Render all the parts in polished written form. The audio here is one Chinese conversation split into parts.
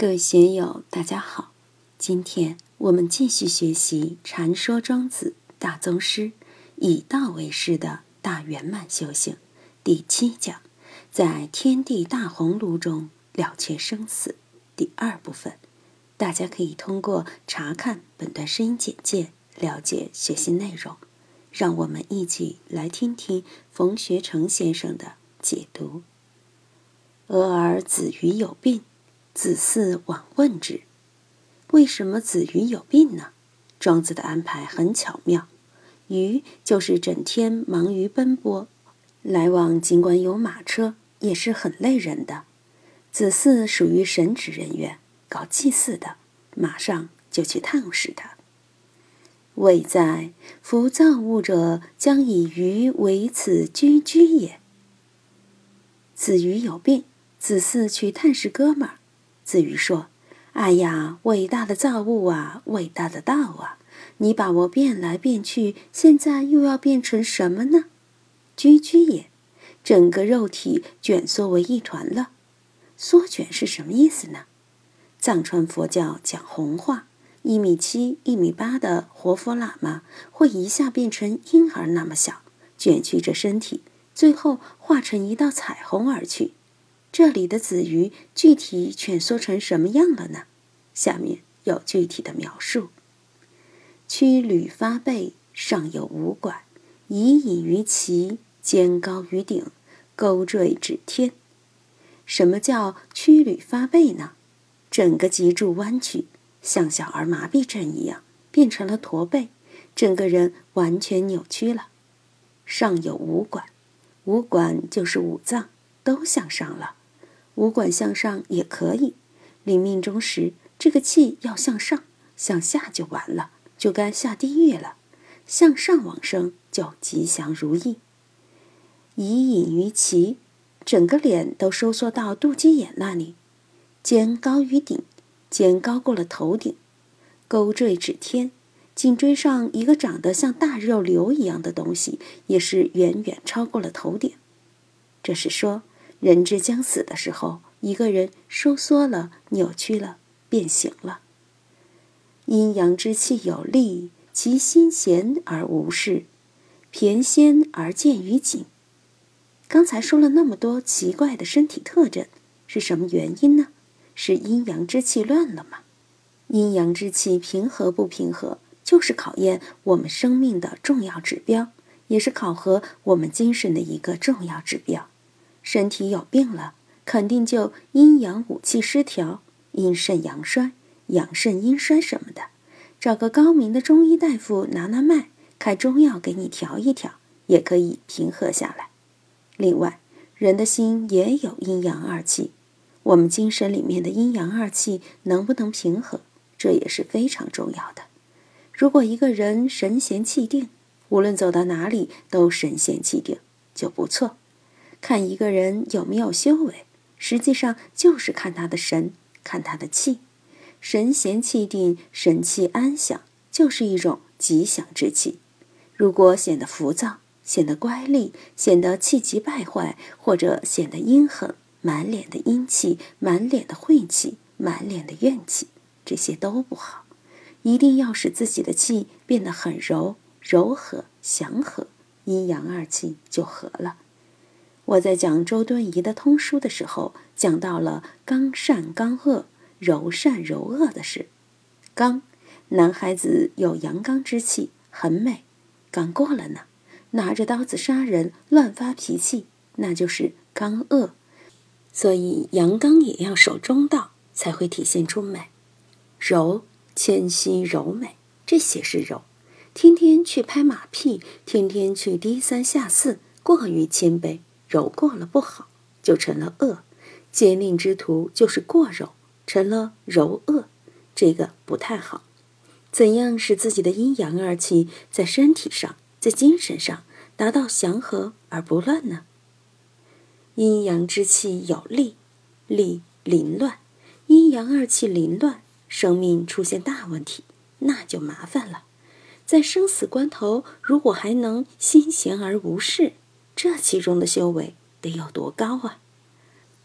各位学友，大家好。今天我们继续学习《禅说庄子大宗师以道为师的大圆满修行》第7讲，在天地大鸿胪中了却生死第2部分。大家可以通过查看本段声音简介了解学习内容。让我们一起来听听冯学成先生的解读。俄而子瑜有病，子嗣往问之。为什么子瑜有病呢？庄子的安排很巧妙。瑜就是整天忙于奔波，来往尽管有马车，也是很累人的。子嗣属于神职人员，搞祭祀的，马上就去探视他。谓在夫造物者将以瑜为此居居也。子瑜有病，子嗣去探视哥们儿。子瑜说：哎呀，伟大的造物啊，伟大的道啊，你把我变来变去，现在又要变成什么呢？居居也，整个肉体卷缩为一团了。缩卷是什么意思呢？藏传佛教讲红化，1.7米、1.8米的活佛喇嘛会一下变成婴儿那么小，卷曲着身体，最后化成一道彩虹而去。这里的子瑜具体蜷缩成什么样了呢？下面有具体的描述。曲履发背，上有五管，以隐于其，肩高于顶，钩坠指天。什么叫曲履发背呢？整个脊柱弯曲，像小儿麻痹症一样，变成了驼背，整个人完全扭曲了。上有五管，五管就是五脏，都向上了。五管向上也可以，临命终时，这个气要向上，向下就完了，就该下地狱了。向上往生就吉祥如意。以隐于其，整个脸都收缩到肚脐眼那里。肩高于顶，肩高过了头顶。钩坠指天，颈椎上一个长得像大肉瘤一样的东西，也是远远超过了头顶。这是说人之将死的时候，一个人收缩了，扭曲了，变形了。阴阳之气有力，其心闲而无事，偏先而见于颈。刚才说了那么多奇怪的身体特征，是什么原因呢？是阴阳之气乱了吗？阴阳之气平和不平和，就是考验我们生命的重要指标，也是考核我们精神的一个重要指标。身体有病了，肯定就阴阳五气失调，阴盛阳衰，阳盛阴衰什么的。找个高明的中医大夫拿脉，开中药给你调一调，也可以平和下来。另外，人的心也有阴阳二气，我们精神里面的阴阳二气能不能平和，这也是非常重要的。如果一个人神闲气定，无论走到哪里都神闲气定，就不错。看一个人有没有修为，实际上就是看他的神，看他的气。神闲气定，神气安详，就是一种吉祥之气。如果显得浮躁，显得乖戾，显得气急败坏，或者显得阴狠，满脸的阴气，满脸的晦气，满脸的怨气，这些都不好。一定要使自己的气变得很柔和、祥和，阴阳二气就和了。我在讲周敦颐的通书的时候，讲到了刚善刚恶，柔善柔恶的事。刚，男孩子有阳刚之气，很美。刚过了呢，拿着刀子杀人，乱发脾气，那就是刚恶。所以阳刚也要守中道，才会体现出美。柔，谦虚柔美，这些是柔。天天去拍马屁，天天去低三下四，过于谦卑，柔过了不好，就成了恶。奸佞之徒就是过柔，成了柔恶，这个不太好。怎样使自己的阴阳二气在身体上，在精神上达到祥和而不乱呢？阴阳之气有力，力凌乱，阴阳二气凌乱，生命出现大问题，那就麻烦了。在生死关头，如果还能心闲而无事，这其中的修为得有多高啊？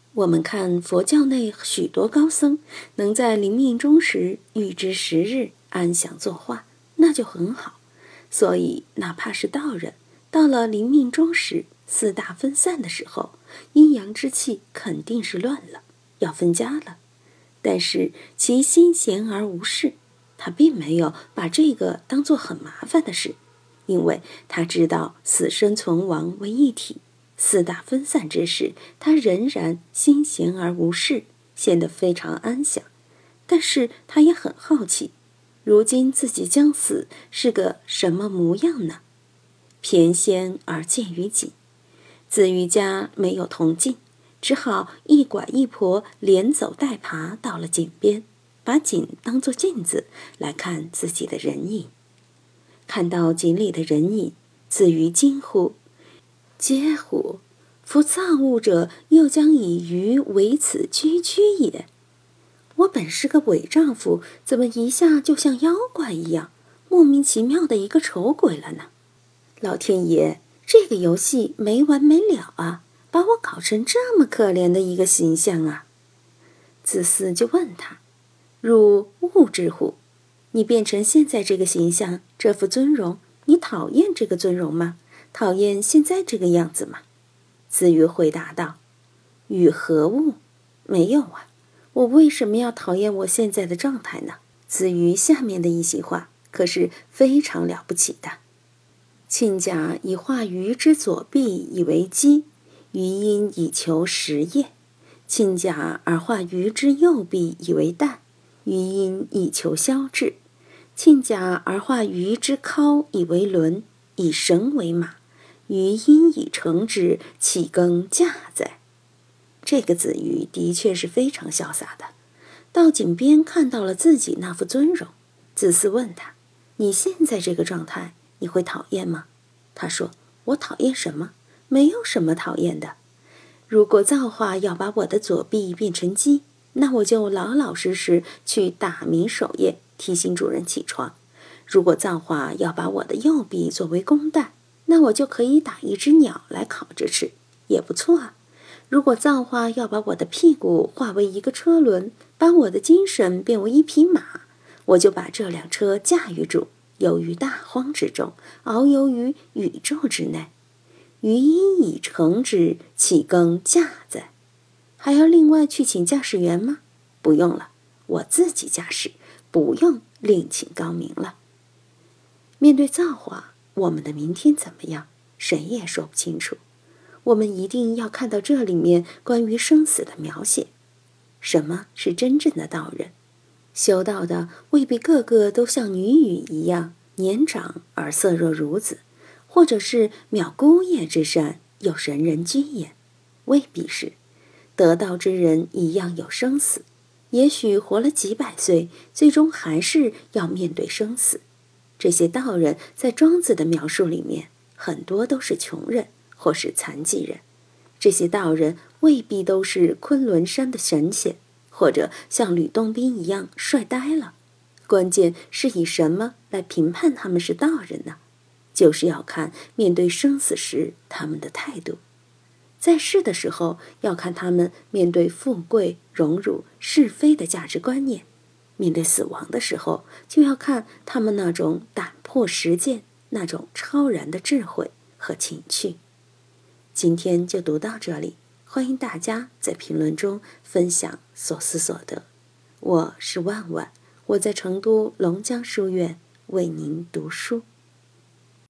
我们看佛教内许多高僧能在临命终时预知时日，安详作画，那就很好。所以哪怕是道人，到了临命终时，四大分散的时候，阴阳之气肯定是乱了，要分家了。但是其心闲而无事，他并没有把这个当作很麻烦的事，因为他知道死生存亡为一体，四大分散之时，他仍然心闲而无事，显得非常安详。但是他也很好奇，如今自己将死是个什么模样呢？偏仙而见于井，子瑜家没有铜镜，只好一拐一婆连走带爬到了井边，把井当作镜子来看自己的人影。看到井里的人影，子瑜惊呼：嗟乎！夫造物者又将以鱼为此区区也。我本是个伪丈夫，怎么一下就像妖怪一样，莫名其妙的一个丑鬼了呢？老天爷，这个游戏没完没了啊，把我搞成这么可怜的一个形象啊！子嗣就问他：汝物之乎？你变成现在这个形象，这副尊容，你讨厌这个尊容吗？讨厌现在这个样子吗？子瑜回答道：与何物？没有啊，我为什么要讨厌我现在的状态呢？子瑜下面的一席话可是非常了不起的。亲家以画鱼之左臂以为基，余因以求食也。亲家而画鱼之右臂以为担，余因以求消滞。亲家而画鱼之尻以为轮，以绳为马，余因以乘之，岂更驾哉？这个子瑜的确是非常潇洒的。到井边看到了自己那副尊容，子嗣问他：你现在这个状态，你会讨厌吗？他说：我讨厌什么？没有什么讨厌的。如果造化要把我的左臂变成鸡，那我就老老实实去打鸣守夜，提醒主人起床。如果造化要把我的右臂作为公蛋，那我就可以打一只鸟来烤着吃，也不错啊。如果造化要把我的屁股化为一个车轮，把我的精神变为一匹马，我就把这辆车驾驭住，游于大荒之中，遨游于宇宙之内。余因以乘之，岂更驾哉？还要另外去请驾驶员吗？不用了，我自己驾驶，不用另请高明了。面对造化，我们的明天怎么样，谁也说不清楚。我们一定要看到这里面关于生死的描写。什么是真正的道人？修道的未必个个都像女羽一样年长而色若孺子，或者是渺孤叶之善有神人居焉，未必是。得道之人一样有生死，也许活了几百岁，最终还是要面对生死。这些道人在庄子的描述里面，很多都是穷人或是残疾人。这些道人未必都是昆仑山的神仙，或者像吕洞宾一样帅呆了。关键是以什么来评判他们是道人呢？就是要看面对生死时他们的态度。在世的时候，要看他们面对富贵、荣辱、是非的价值观念；面对死亡的时候，就要看他们那种胆魄实践、那种超然的智慧和情趣。今天就读到这里，欢迎大家在评论中分享所思所得。我是万万，我在成都龙江书院为您读书。